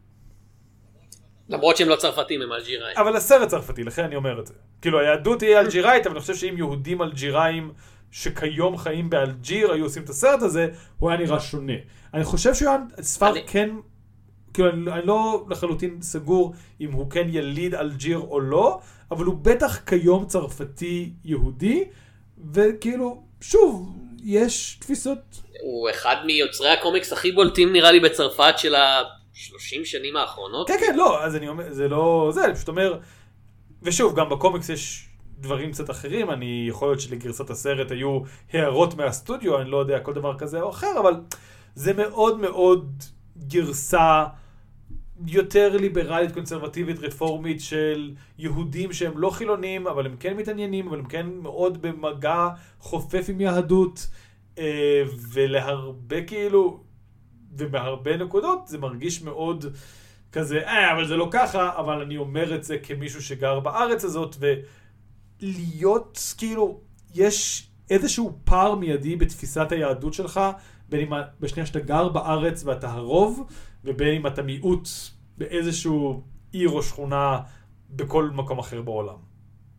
למרות שהם לא צרפתים, הם אלג'יראים. אבל הסרט צרפתי, לכן אני אומר את זה. כאילו היהדות היא אלג'יראית, אבל אני חושב שאם יהודים אלג'יראים שכיום חיים באלג'יר היו עושים את הסרט הזה, הוא היה נראה שונה. אני חושב שיוהן ספר כן, כאילו אני לא לחלוטין סגור אם הוא כן יליד אלג'יר או לא, אבל הוא בטח כיום צרפתי יהודי, וכאילו, שוב, יש תפיסות. הוא אחד מיוצרי הקומיקס הכי בולטים נראה לי בצרפת של ה-30 שנים האחרונות. כן, כן, לא, אז אני אומר, זה לא, זה, אני פשוט אומר, ושוב, גם בקומיקס יש דברים קצת אחרים, אני יכול להיות שלגרסת הסרט היו הערות מהסטודיו, אני לא יודע, כל דבר כזה או אחר, אבל זה מאוד מאוד גרסה יותר ליברלית, קונסרבטיבית, רפורמית של יהודים שהם לא חילונים, אבל הם כן מתעניינים, אבל הם כן מאוד במגע חופף עם יהדות, ולהרבה כאילו, ובהרבה נקודות זה מרגיש מאוד כזה, אבל זה לא ככה, אבל אני אומר את זה כמישהו שגר בארץ הזאת, ולהיות כאילו, יש איזשהו פער מיידי בתפיסת היהדות שלך, בין אם בשנייה שאתה גר בארץ ואתה הרוב, ובין אם אתה מיעוט באיזשהו עיר או שכונה בכל מקום אחר בעולם.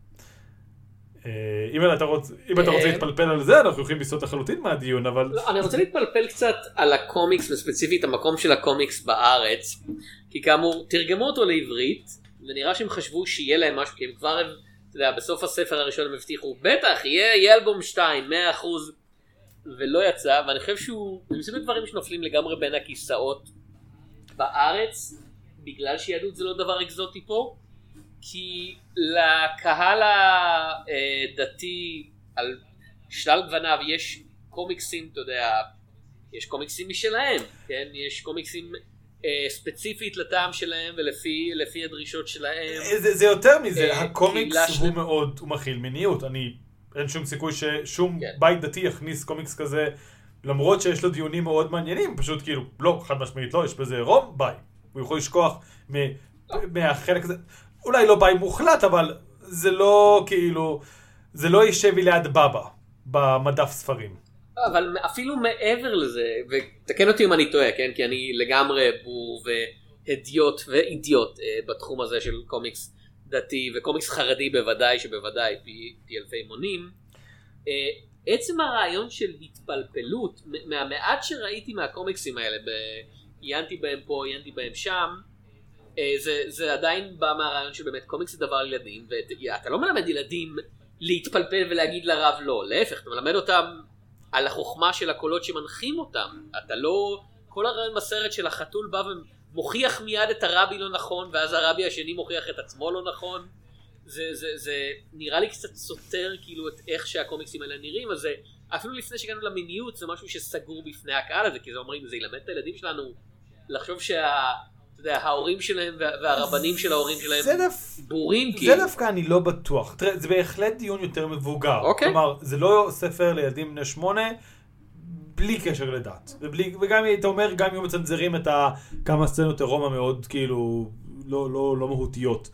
אם אתה רוצה להתפלפל על זה, אנחנו יכולים לסעות לחלוטין מהדיון, אבל... לא, אני רוצה להתפלפל קצת על הקומיקס, וספציפית המקום של הקומיקס בארץ, כי כאמור, תרגמו אותו לעברית, ונראה שהם חשבו שיהיה להם משהו, כי הם כבר, אתה יודע, בסוף הספר הראשון הם הבטיחו, בטח, יהיה אלבום 2, 100%, ולא יצא, ואני חושב שהוא, זה מסוג דברים שנופלים לגמרי בין הכיסאות בארץ, בגלל שיהדות זה לא דבר אקזוטי פה, כי לקהל הדתי על שלל גווניו יש קומיקסים, אתה יודע, יש קומיקסים משלהם, כן? יש קומיקסים ספציפית לטעם שלהם ולפי הדרישות שלהם. זה יותר מזה, הקומיקס הוא מאוד, הוא מכיל מיניות, אין שום סיכוי ששום בית דתי יכניס קומיקס כזה, למרות שיש לו דיונים מאוד מעניינים, פשוט כאילו, לא, חד משמעית לא, יש בזה רום, ביי. הוא יכול לשכוח מהחלק הזה, אולי לא ביי מוחלט, אבל זה לא כאילו, זה לא יישב ליד בבא, במדף ספרים. אבל אפילו מעבר לזה, ותקן אותי אם אני טועה, כן? כי אני לגמרי בור והדיוט ואידיוט בתחום הזה של קומיקס דתי, וקומיקס חרדי בוודאי, שבוודאי פי אלפי מונים. עצם הרעיון של התפלפלות, מהמעט שראיתי מהקומיקסים האלה, עיינתי בהם פה, עיינתי בהם שם, זה עדיין בא מהרעיון שבאמת קומיקס זה דבר לילדים, ואתה לא מלמד ילדים להתפלפל ולהגיד לרב לא, להפך, אתה מלמד אותם על החוכמה של הקולות שמנחים אותם. אתה לא, כל הרעיון בסרט של החתול בא ומוכיח מיד את הרבי לא נכון, ואז הרבי השני מוכיח את עצמו לא נכון. זה נראה לי קצת סותר כאילו את איך שהקומיקסים האלה נראים, אז אפילו לפני שהגענו למיניות זה משהו שסגור בפני הקהל הזה, כי זה אומרים, זה ילמד את הילדים שלנו לחשוב ההורים שלהם והרבנים של ההורים שלהם בורים. זה דווקא אני לא בטוח. תראה, זה בהחלט דיון יותר מבוגר. כלומר, זה לא ספר לילדים בני 8, בלי קשר לדת. וגם אתה אומר, גם אם מצנזרים את כמה סצנות אירומה מאוד כאילו לא מהותיות.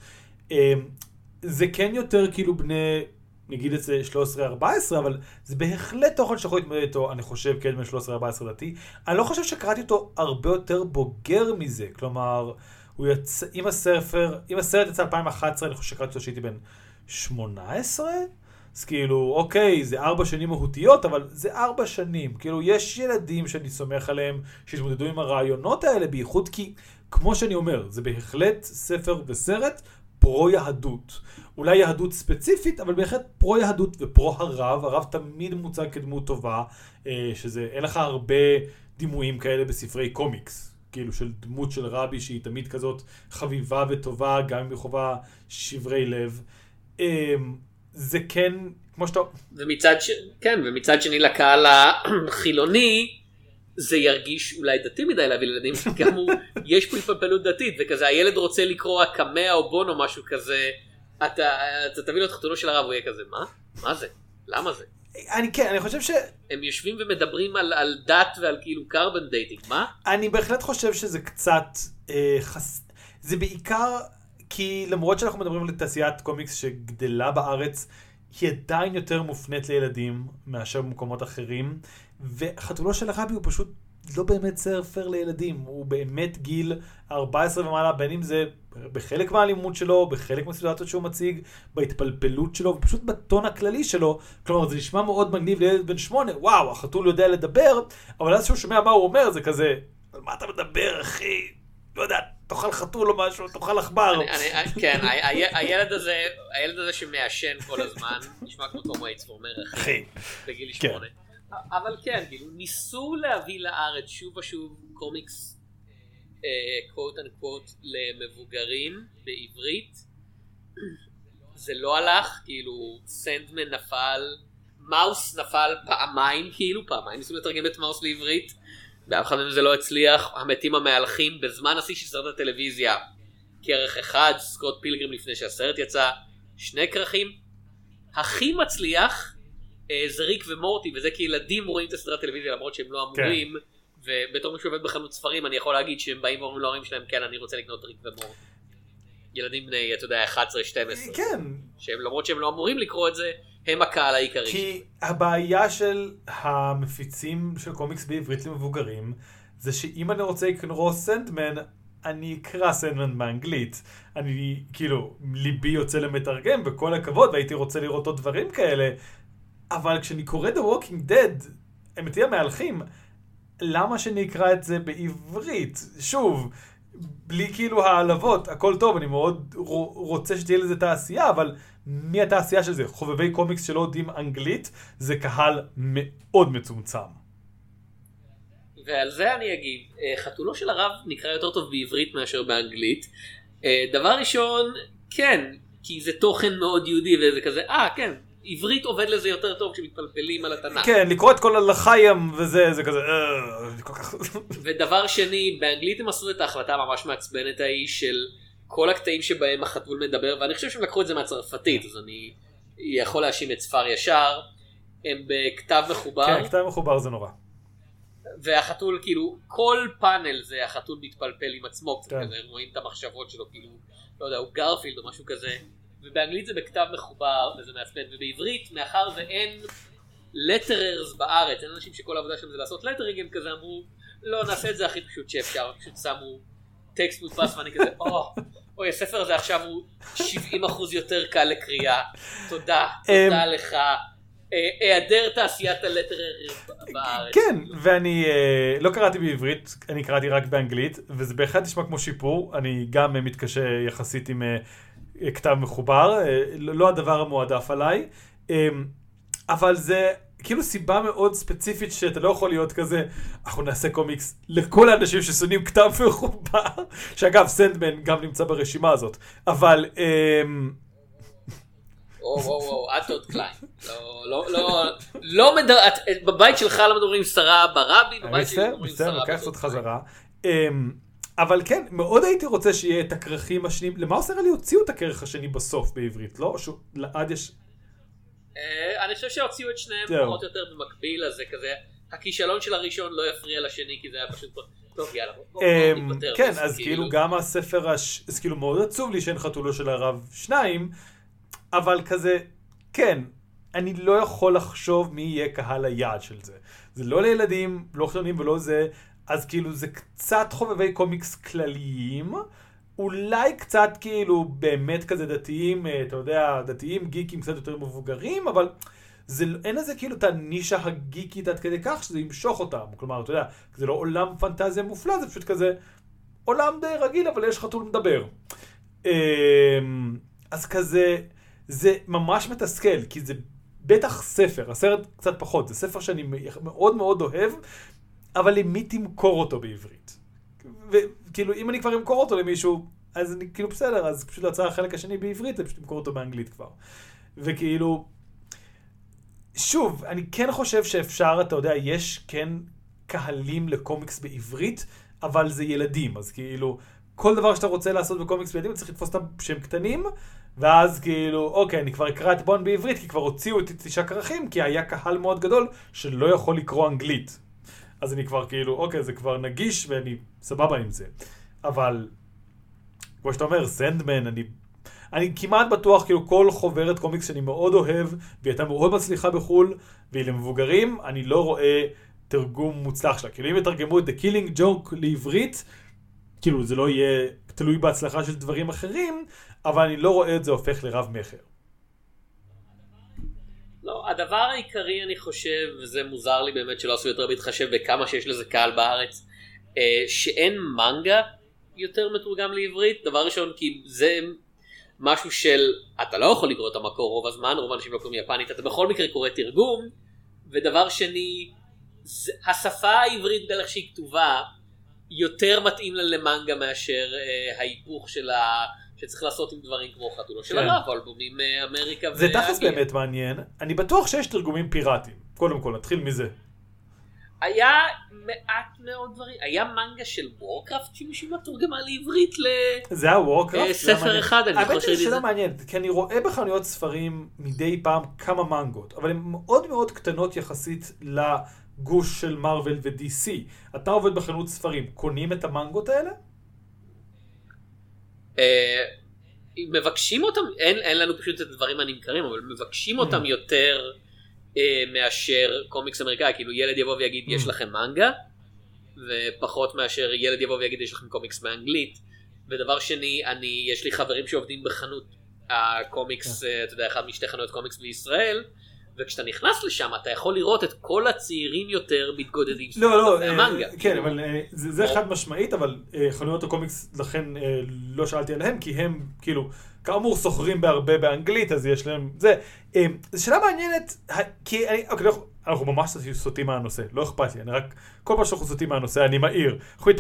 זה כן יותר כאילו בני, נגיד את זה 13-14, אבל זה בהחלט תוכן שיכול להתמודד איתו, אני חושב, כן, בין 13-14 דתי. אני לא חושב שקראתי אותו הרבה יותר בוגר מזה. כלומר, אם הסרט יצא 2011, אני חושב שקראתי אותו שהייתי בן 18, אז כאילו, אוקיי, זה 4 שנים מהותיות, אבל זה 4 שנים. כאילו, יש ילדים שאני סומך עליהם, שהתמודדו עם הרעיונות האלה, בייחוד כי, כמו שאני אומר, זה בהחלט ספר וסרט פרו-יהדות. אולי יהדות ספציפית, אבל בהחלט פרו-יהדות ופרו-הרב. הרב תמיד מוצג כדמות טובה, שזה, אין לך הרבה דימויים כאלה בספרי קומיקס. כאילו של דמות של רבי שהיא תמיד כזאת חביבה וטובה, גם אם היא חובה שברי לב. זה כן, כמו שאתה... ומצד שני לקהל החילוני, זה ירגיש אולי דתי מדי להביא לילדים, גם יש פה התפלפלות דתית, וכזה הילד רוצה לקרוא הקמע או בון או משהו כזה, אתה תביא לו את חתונו של הרב, הוא יהיה כזה, מה? מה זה? למה זה? אני חושב ש... הם יושבים ומדברים על דת ועל כאילו קרבן דייטינג, מה? אני בהחלט חושב שזה קצת... זה בעיקר... כי למרות שאנחנו מדברים על תעשיית קומיקס שגדלה בארץ, היא עדיין יותר מופנית לילדים מאשר במקומות אחרים, וחתולו של הרבי הוא פשוט לא באמת ספר לילדים, הוא באמת גיל 14 ומעלה, בין אם זה בחלק מהלימוד שלו, בחלק מהסיטואציות שהוא מציג, בהתפלפלות שלו, ופשוט בטון הכללי שלו. כלומר, זה נשמע מאוד מגניב לילד בן 8, וואו, החתול יודע לדבר, אבל אז שהוא שומע מה הוא אומר, זה כזה, על מה אתה מדבר, אחי? לא יודע, תאכל חתול או משהו, תאכל עכבר. כן, הילד הזה שמעשן כל הזמן, נשמע כמו תום וייטס ואומר, אחי, בגיל 8. אבל כן, ניסו להביא לארץ שוב ושוב קומיקס קוט אנקוט למבוגרים בעברית. זה לא הלך, כאילו סנדמן נפל, מאוס נפל פעמיים, כאילו פעמיים ניסו לתרגם את מאוס לעברית, באף אחד מהם זה לא הצליח. המתים המהלכים בזמן השיא של סרט הטלוויזיה, כרך אחד, סקוט פילגרים לפני שהסרט יצא, 2 כרכים. הכי מצליח זה ריק ומורטי, וזה כי ילדים רואים את הסדרת טלוויזיה למרות שהם לא אמורים, ובתור מי שעובד בחנות ספרים אני יכול להגיד שהם באים ואומרים להורים שלהם, כן, אני רוצה לקנות ריק ומורטי. ילדים בני, אתה יודע, 11-12. כן. למרות שהם לא אמורים לקרוא את זה, הם הקהל העיקרי. כי הבעיה של המפיצים של קומיקס בעברית למבוגרים, זה שאם אני רוצה לקרוא סנדמן, אני אקרא סנדמן באנגלית. אני, כאילו, ליבי יוצא למתרגם, בכל הכבוד, והייתי רוצה לראות עוד דברים כאלה, אבל כשאני קורא The Walking Dead, הם תהיה מהלכים, למה שאני אקרא את זה בעברית? שוב, בלי כאילו העלבות, הכל טוב, אני מאוד רוצה שתהיה לזה תעשייה, אבל מי התעשייה של זה? חובבי קומיקס שלא יודעים אנגלית, זה קהל מאוד מצומצם. ועל זה אני אגיד, חתולו של הרב נקרא יותר טוב בעברית מאשר באנגלית. דבר ראשון, כן, כי זה תוכן מאוד יהודי, וזה כזה, כן, עברית עובד לזה יותר טוב כשמתפלפלים על התנ"ך. כן, לקרוא את כל הלחיים וזה, זה כזה, כל כך... ודבר שני, באנגלית הם עשו את ההחלטה ממש מעצבנת ההיא של כל הקטעים שבהם החתול מדבר, ואני חושב שהם לקחו את זה מהצרפתית, אז אני יכול להאשים את ספר ישר, הם בכתב מחובר. כן, כתב מחובר זה נורא. והחתול, כאילו, כל פאנל זה החתול מתפלפל עם עצמו, קצת כזה, רואים את המחשבות שלו, כאילו, לא יודע, הוא גרפילד או משהו כזה. ובאנגלית זה בכתב מחובר, וזה מעצבן, ובעברית, מאחר ואין letterers בארץ, אין אנשים שכל העבודה שלהם זה לעשות lettering, הם כזה אמרו, לא, נעשה את זה הכי פשוט שאפשר, פשוט שמו טקסט מודפס, ואני כזה, אוי, הספר הזה עכשיו הוא 70% יותר קל לקריאה, תודה לך, היעדר תעשיית הלטררים בארץ. כן, ואני לא קראתי בעברית, אני קראתי רק באנגלית, וזה בהחלט נשמע כמו שיפור, אני גם מתקשה יחסית עם... כתב מחובר, לא הדבר המועדף עליי, אבל זה כאילו סיבה מאוד ספציפית שאתה לא יכול להיות כזה, אנחנו נעשה קומיקס לכל האנשים ששונאים כתב מחובר, שאגב סנדמן גם נמצא ברשימה הזאת, אבל... את עוד קליין, לא בבית שלך לא מדברים שרה ברבי, בבית שלי לא מדברים שרה לוקח זאת חזרה. אבל כן, מאוד הייתי רוצה שיהיה את הכרכים השניים. למה עושה לי הוציאו את הכרך השני בסוף בעברית, לא? עד יש... אני חושב שהוציאו את שניהם פחות או יותר במקביל, אז זה כזה... הכישלון של הראשון לא יפריע לשני, כי זה היה פשוט טוב, יאללה, בוא נתפטר. כן, אז כאילו גם הספר, אז כאילו מאוד עצוב לי שאין חתולו של הרב 2, אבל כזה, כן, אני לא יכול לחשוב מי יהיה קהל היעד של זה. זה לא לילדים, לא חילונים ולא זה, אז כאילו זה קצת חובבי קומיקס כלליים, אולי קצת כאילו באמת כזה דתיים, אתה יודע, דתיים, גיקים קצת יותר מבוגרים, אבל אין לזה כאילו את הנישה הגיקית עד כדי כך שזה ימשוך אותם. כלומר, אתה יודע, זה לא עולם פנטזיה מופלא, זה פשוט כזה עולם די רגיל, אבל יש חתול מדבר. אז כזה, זה ממש מתסכל, כי זה בטח ספר, הסרט קצת פחות, זה ספר שאני מאוד מאוד אוהב, אבל למי תמכור אותו בעברית? וכאילו, אם אני כבר אמכור אותו למישהו, אז אני כאילו בסדר, אז פשוט להצעה החלק השני בעברית, אני פשוט אמכור אותו באנגלית כבר. וכאילו, שוב, אני כן חושב שאפשר, אתה יודע, יש כן קהלים לקומיקס בעברית, אבל זה ילדים, אז כאילו, כל דבר שאתה רוצה לעשות בקומיקס בילדים, צריך לתפוס אותם שהם קטנים, ואז כאילו, אוקיי, אני כבר אקרא את בונד בעברית, כי כבר הוציאו את 9 כרכים, כי היה קהל מאוד גדול שלא יכול לקרוא אנגלית. אז אני כבר כאילו, אוקיי, זה כבר נגיש, ואני סבבה עם זה. אבל, כמו שאתה אומר, סנדמן, אני כמעט בטוח, כאילו, כל חוברת קומיקס שאני מאוד אוהב, והיא הייתה מאוד מצליחה בחול, והיא למבוגרים, אני לא רואה תרגום מוצלח שלה. כאילו, אם יתרגמו את The Killing Joke לעברית, כאילו, זה לא יהיה תלוי בהצלחה של דברים אחרים, אבל אני לא רואה את זה הופך לרב מחר. לא, הדבר העיקרי אני חושב, וזה מוזר לי באמת שלא עשו יותר בהתחשב בכמה שיש לזה קהל בארץ, שאין מנגה יותר מתורגם לעברית. דבר ראשון, כי זה משהו של, אתה לא יכול לקרוא את המקור רוב הזמן, רוב האנשים לא קוראים יפנית, אתה בכל מקרה קורא תרגום. ודבר שני, השפה העברית דרך שהיא כתובה, יותר מתאים לה למנגה מאשר ההיפוך שלה, שצריך לעשות עם דברים כמו חתולו של הרב, או אלבומים אמריקה. זה תכלס באמת מעניין. אני בטוח שיש תרגומים פיראטיים. קודם כל, נתחיל מזה. היה מעט מאוד דברים. היה מנגה של וורקראפט שמשום מה תורגמה לעברית זה היה וורקראפט? ספר אחד, אני חושב. האמת היא שאלה מעניינת, כי אני רואה בחנויות ספרים מדי פעם כמה מנגות, אבל הן מאוד מאוד קטנות יחסית לגוש של מרוול ו-DC. אתה עובד בחנות ספרים, קונים את המנגות האלה? מבקשים אותם, אין לנו פשוט את הדברים הנמכרים, אבל מבקשים אותם יותר מאשר קומיקס אמריקאי. כאילו ילד יבוא ויגיד יש לכם מנגה, ופחות מאשר ילד יבוא ויגיד יש לכם קומיקס באנגלית. ודבר שני, יש לי חברים שעובדים בחנות הקומיקס, אתה יודע, אחד משתי חנויות קומיקס בישראל, וכשאתה נכנס לשם אתה יכול לראות את כל הצעירים יותר מתגודדים. לא, כן, אבל זה חד משמעית, אבל חנויות הקומיקס לכן לא שאלתי עליהם, כי הם כאילו, כאמור סוחרים בהרבה באנגלית, אז יש להם זה. זו שאלה מעניינת, כי אנחנו ממש סוטים מהנושא, לא אכפת לי, אני רק, כל פעם שאנחנו סוטים מהנושא אני מעיר, אנחנו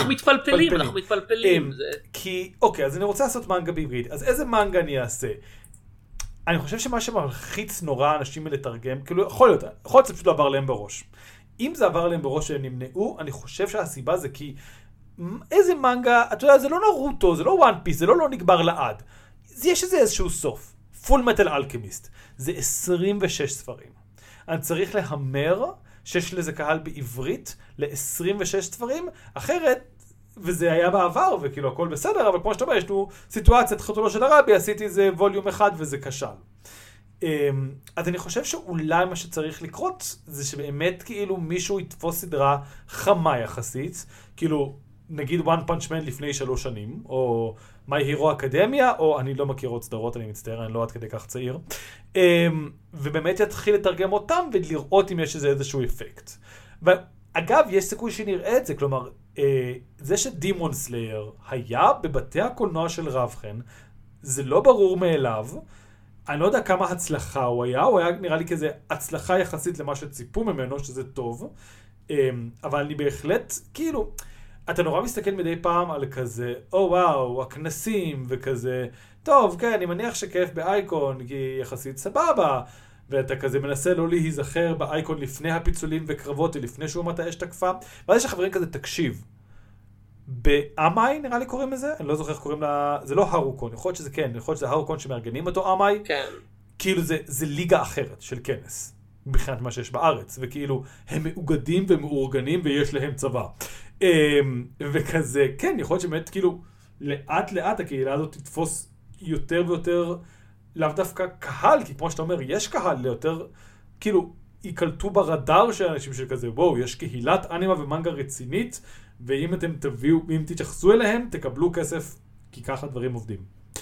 מתפלפלים. כי, אוקיי, אז אני רוצה לעשות מנגה בעברית, אז איזה מנגה אני אעשה? אני חושב שמה שמלחיץ נורא אנשים מלתרגם, כאילו יכול להיות זה פשוט לא עבר להם בראש. אם זה עבר להם בראש שהם נמנעו, אני חושב שהסיבה זה כי איזה מנגה, אתה יודע, זה לא נרוטו, זה לא וואן פיס, זה לא נגמר לעד. יש איזשהו סוף. פול מטל אלכמיסט. זה 26 ספרים. אני צריך להמר שיש לזה קהל בעברית ל-26 ספרים, אחרת, וזה היה בעבר, וכאילו הכל בסדר, אבל כמו שאתה אומר, יש לנו סיטואציית חתולו של הרבי, עשיתי איזה ווליום אחד וזה כשל. אז אני חושב שאולי מה שצריך לקרות, זה שבאמת כאילו מישהו יתפוס סדרה חמה יחסית, כאילו נגיד One Punch Man לפני 3 שנים, או My Hero Academia, או אני לא מכיר עוד סדרות, אני מצטער, אני לא עד כדי כך צעיר, ובאמת יתחיל לתרגם אותם ולראות אם יש איזשהו אפקט. ואגב, יש סיכוי שנראה את זה, כלומר, זה שדימון סלייר היה בבתי הקולנוע של רב-חן, זה לא ברור מאליו, אני לא יודע כמה הצלחה הוא היה נראה לי כזה הצלחה יחסית למה שציפו ממנו, שזה טוב, אבל אני בהחלט, כאילו, אתה נורא מסתכל מדי פעם על כזה, וואו, הכנסים וכזה, טוב, כן, אני מניח שכיף באייקון, כי יחסית סבבה, ואתה כזה מנסה לא להיזכר באייקון לפני הפיצולים וקרבות, ולפני שהוא מטה אש תקפה, ואז יש החברים כזה, תקשיב, באמאי נראה לי קוראים לזה, אני לא זוכר איך קוראים לה, זה לא הרוקון, יכול להיות שזה כן, יכול להיות שזה הרוקון שמארגנים אותו אמאי, כן. כאילו זה ליגה אחרת של כנס. מבחינת מה שיש בארץ, וכאילו הם מאוגדים ומאורגנים ויש להם צבא. וכזה, כן, יכול להיות שבאמת כאילו לאט לאט הקהילה הזאת תתפוס יותר ויותר, לאו דווקא קהל, כי כמו שאתה אומר, יש קהל ליותר, כאילו, יקלטו ברדאר של אנשים של כזה, וואו, יש קהילת אנימה ומנגה רצינית, ואם אתם תביאו, אם תתייחסו אליהם, תקבלו כסף, כי ככה דברים עובדים.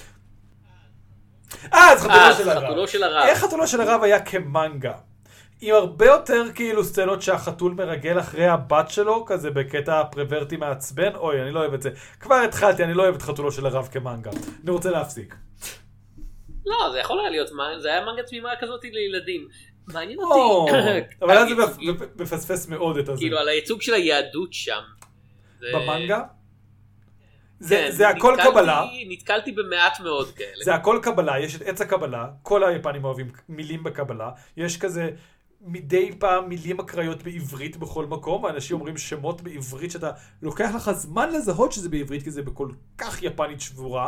אז חתולו של הרב. איך חתולו של הרב היה כמנגה? עם הרבה יותר כאילו סצנות שהחתול מרגל אחרי הבת שלו, כזה בקטע פרוורטי מעצבן, אוי, אני לא אוהב את זה. כבר התחלתי, אני לא אוהב את חתולו של הרב כמנגה. אני רוצה להפסיק. לא, זה יכול היה להיות, זה היה מנגה תמימה כזאת לילדים. מעניין אותי. אבל אז זה מפספס מאוד את הזה. כאילו, על הייצוג של היהדות שם. במנגה? זה הכל קבלה. נתקלתי במעט מאוד כאלה. זה הכל קבלה, יש את עץ הקבלה, כל היפנים אוהבים מילים בקבלה, יש כזה מדי פעם מילים אקראיות בעברית בכל מקום, האנשים אומרים שמות בעברית שאתה לוקח לך זמן לזהות שזה בעברית, כי זה בכל כך יפנית שבורה.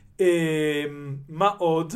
מה עוד?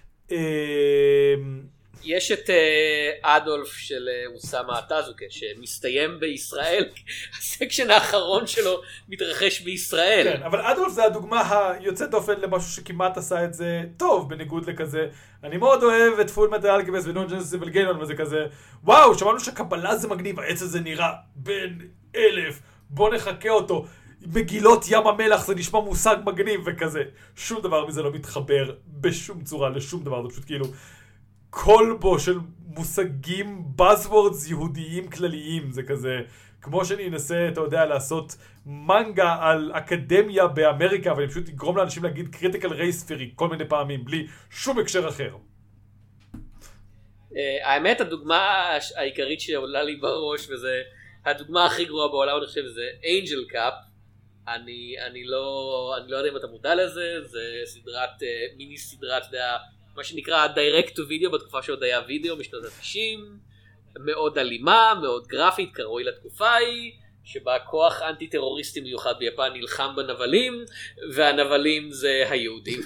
יש את אדולף של אוסמה אטאזוקה, שמסתיים בישראל, הסקשן האחרון שלו מתרחש בישראל. כן, אבל אדולף זה הדוגמה היוצאת דופן למשהו שכמעט עשה את זה טוב, בניגוד לכזה, אני מאוד אוהב את פול מטל אלכימיסט ונון ג'נסיס אבלגיימון, וזה כזה, וואו, שמענו שקבלה זה מגניב, העץ הזה נראה בן 1000, בוא נחכה אותו. מגילות ים המלח זה נשמע מושג מגניב וכזה. שום דבר מזה לא מתחבר בשום צורה לשום דבר, זה פשוט כאילו קולבו של מושגים buzzwords יהודיים כלליים, זה כזה כמו שאני אנסה, אתה יודע, לעשות מנגה על אקדמיה באמריקה, אבל אני פשוט אגרום לאנשים להגיד critical race theory כל מיני פעמים, בלי שום הקשר אחר. האמת, הדוגמה העיקרית שעולה לי בראש, וזה הדוגמה הכי גרועה בעולם, אני חושב, זה אנג'ל קאפ. אני לא יודע אם אתה מודע לזה, זה סדרת, מיני סדרת, מה שנקרא direct to video, בתקופה שעוד היה וידאו משנות ה-90, מאוד אלימה, מאוד גרפית, קרוי לתקופה היא, שבה כוח אנטי טרוריסטי מיוחד ביפן נלחם בנבלים, והנבלים זה היהודים.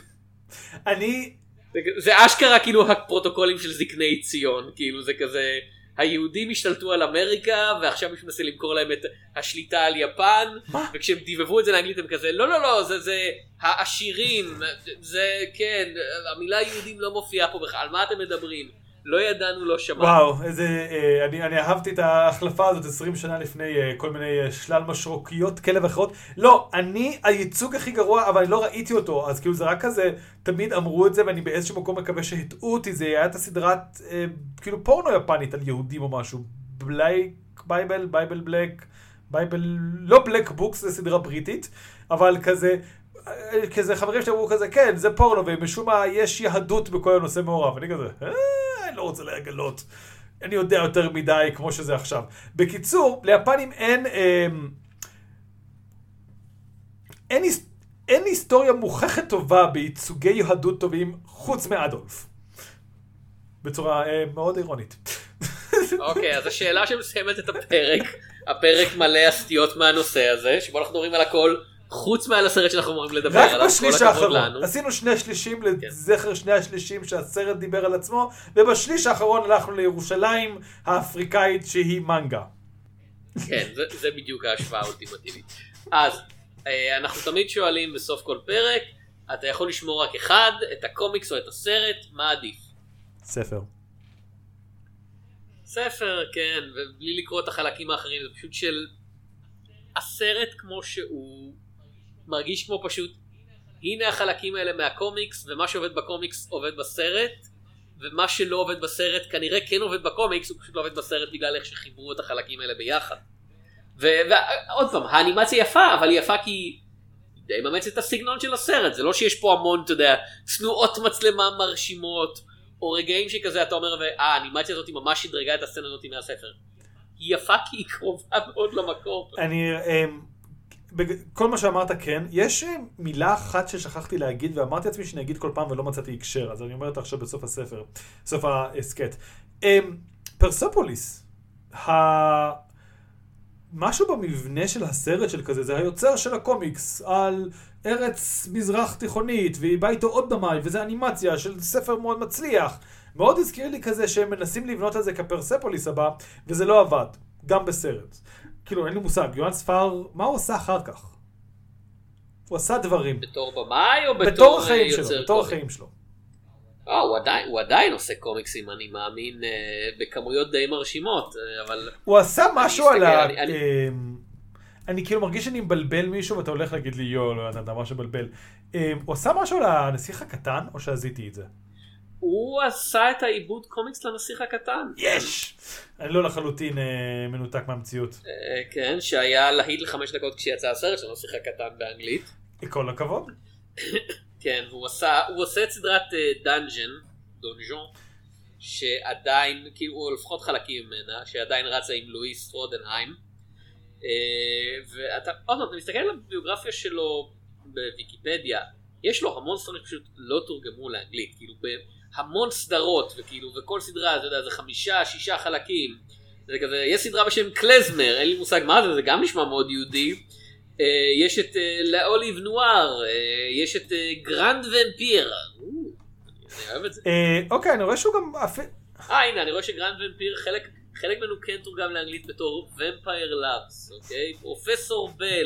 זה אשכרה כאילו הפרוטוקולים של זקני ציון, כאילו זה כזה, היהודים השתלטו על אמריקה, ועכשיו מישהו מנסה למכור להם את השליטה על יפן, וכשהם דיבבו את זה לאנגלית הם כזה, לא, זה העשירים, זה כן, המילה יהודים לא מופיעה פה בכלל, על מה אתם מדברים? לא ידענו, לא שמענו. וואו, אני אהבתי את ההחלפה הזאת 20 שנה לפני כל מיני שלל משרוקיות כאלה ואחרות. לא, הייצוג הכי גרוע, אבל אני לא ראיתי אותו, אז כאילו זה רק כזה, תמיד אמרו את זה, ואני באיזשהו מקום מקווה שהטעו אותי, זה היה את הסדרת, כאילו פורנו יפנית על יהודים או משהו, בייבל בלק, לא בלק בוקס, זה סדרה בריטית, אבל כזה חברים שאמרו כזה, כן, זה פורנו, ומשום מה יש יהדות בכל הנושא מעורב, אני כזה, אני לא רוצה להגלות, אני יודע יותר מדי כמו שזה עכשיו. בקיצור, ליפנים אין היסטוריה מוכחת טובה בייצוגי יהדות טובים חוץ מאדולף. בצורה מאוד אירונית. אוקיי, אז השאלה שמסיימת את הפרק מלא הסטיות מהנושא הזה, שבו אנחנו מדברים על הכל, חוץ מעל הסרט שאנחנו אמורים לדבר עליו, כל הכבוד לנו. עשינו 2 שלישים לזכר 2 השלישים שהסרט דיבר על עצמו, ובשליש האחרון הלכנו לירושלים האפריקאית שהיא מנגה. כן, זה בדיוק ההשוואה האולטימטיבית. אז, אנחנו תמיד שואלים בסוף כל פרק, אתה יכול לשמור רק אחד, את הקומיקס או את הסרט, מה עדיף? ספר, כן, ובלי לקרוא את החלקים האחרים, זה פשוט של הסרט כמו שהוא מרגיש כמו פשוט, הנה החלקים האלה מהקומיקס, ומה שעובד בקומיקס עובד בסרט, ומה שלא עובד בסרט כנראה כן עובד בקומיקס, הוא פשוט לא עובד בסרט בגלל איך שחיברו את החלקים האלה ביחד. ועוד פעם, האנימציה יפה, אבל היא יפה כי היא די מאמצת את הסגנון של הסרט, זה לא שיש פה המון, אתה יודע, צנועות מצלמה מרשימות, או רגעים שכזה אתה אומר, האנימציה הזאת ממש הדרגה את הסצנה הזאת מהספר. היא יפה כי היא קרובה מאוד למקום. כל מה שאמרת כן, יש מילה אחת ששכחתי להגיד, ואמרתי לעצמי שאני אגיד כל פעם ולא מצאתי הקשר, אז אני אומר את עכשיו בסוף הספר, בסוף הסקט. פרספוליס, משהו במבנה של הסרט של כזה, זה היוצר של הקומיקס על ארץ מזרח תיכונית, והיא בא איתו עוד במאי, וזה אנימציה של ספר מאוד מצליח. מאוד הזכיר לי כזה שהם מנסים לבנות את זה כפרספוליס הבא, וזה לא עבד, גם בסרט. כאילו, אין לי מושג, יוהאן ספאר, מה הוא עשה אחר כך? הוא עשה דברים. בתור במאי או בתור בתור החיים יוצר שלו, בתור קומיקס? החיים שלו. הוא עדיין עושה קומיקסים, אני מאמין, בכמויות די מרשימות, אבל... הוא עשה משהו על ה... אני- אני כאילו מרגיש שאני מבלבל מישהו, ואתה הולך להגיד לי, לא, אתה ממש מבלבל. הוא עשה משהו על הנסיך הקטן, או שעזיתי את זה? הוא עשה את העיבוד קומיקס לנסיך הקטן. יש! אני לא לחלוטין מנותק מהמציאות. כן, שהיה להיט ל5 דקות כשיצא הסרט של הנסיך הקטן באנגלית. כל הכבוד. כן, הוא עושה את סדרת דונג'ון, שעדיין, כאילו, או לפחות חלקים ממנה, שעדיין רצה עם לואיס רודנהיים. ואתה, עוד פעם, אתה מסתכל על הביוגרפיה שלו בוויקיפדיה, יש לו המון סרטים שפשוט לא תורגמו לאנגלית, כאילו בהמון סדרות, וכאילו, וכל סדרה, אתה יודע, זה 5-6 חלקים. זה כזה, יש סדרה בשם קלזמר, אין לי מושג מה זה, זה גם נשמע מאוד יהודי. יש את לאוליב נואר, יש את גרנד ומפיר. אני אוהב את זה. אוקיי, אני רואה שהוא גם... הנה, אני רואה שגרנד ומפיר, חלק ממנו כן תורגם לאנגלית בתור ומפייר לאבס, אוקיי? פרופסור בל,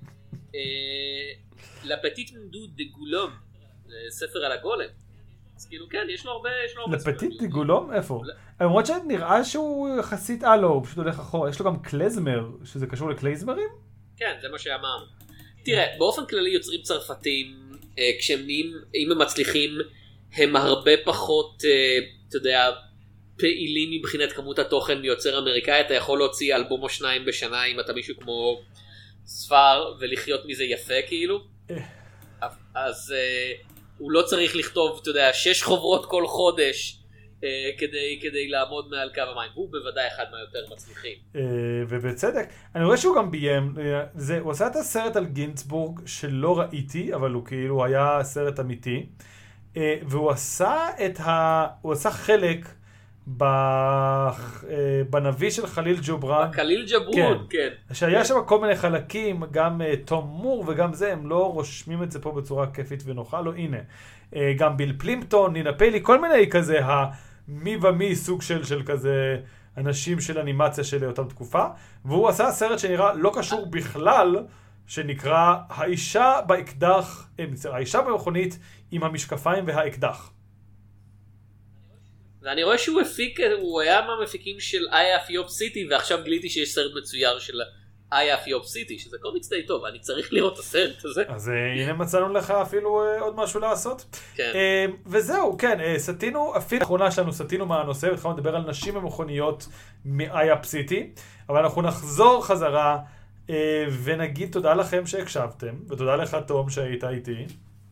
לפטיט מנדו דה גולום, ספר על הגולם. אז כאילו כן, יש לו הרבה... לפטיט דה גולום? איפה? למרות שנראה שהוא יחסית... לא, הוא פשוט הולך אחורה. יש לו גם קלזמר, שזה קשור לקלייזמרים? כן, זה מה שאמרנו. תראה, באופן כללי יוצרים צרפתים, כשהם נהיים, אם הם מצליחים, הם הרבה פחות, אתה יודע, פעילים מבחינת כמות התוכן מיוצר אמריקאי. אתה יכול להוציא אלבום או 2 בשנה אם אתה מישהו כמו ספר ולחיות מזה יפה כאילו. אז הוא לא צריך לכתוב, אתה יודע, 6 חוברות כל חודש כדי לעמוד מעל קו המים. הוא בוודאי אחד מהיותר מצליחים. ובצדק. אני רואה שהוא גם ביים, הוא עשה את הסרט על גינצבורג שלא ראיתי, אבל הוא כאילו היה סרט אמיתי. והוא עשה חלק בנביא של חליל ג'ובראן. חליל ג'ברון, כן. שהיה שם כל מיני חלקים, גם תום מור וגם זה, הם לא רושמים את זה פה בצורה כיפית ונוחה, לא, הנה. גם ביל פלימפטון, נינה פיילי, כל מיני כזה, מי ומי סוג של כזה אנשים של אנימציה של אותם תקופה. והוא עשה סרט שנראה לא קשור בכלל, שנקרא האישה באקדח, האישה במכונית עם המשקפיים והאקדח. ואני רואה שהוא הוא היה מהמפיקים של I Have Yop City, ועכשיו גיליתי שיש סרט מצויר של I Have Yop City, שזה קומיקס די טוב, אני צריך לראות את הסרט הזה. אז הנה מצאנו לך אפילו עוד משהו לעשות. כן. וזהו, כן, סטינו, אפילו האחרונה שלנו סטינו מהנושא, והתחלנו לדבר על נשים במכוניות מ-I Have City, אבל אנחנו נחזור חזרה, ונגיד תודה לכם שהקשבתם, ותודה לך תום שהיית איתי,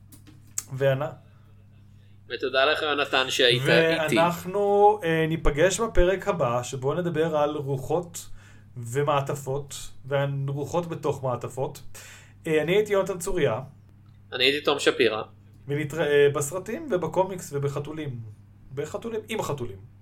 ותודה לך יונתן שהיית איתי. ואנחנו ניפגש בפרק הבא, שבו נדבר על רוחות ומעטפות, ורוחות בתוך מעטפות. אני הייתי יונתן צוריה. אני הייתי תום שפירא. ונתראה בסרטים ובקומיקס ובחתולים. עם חתולים.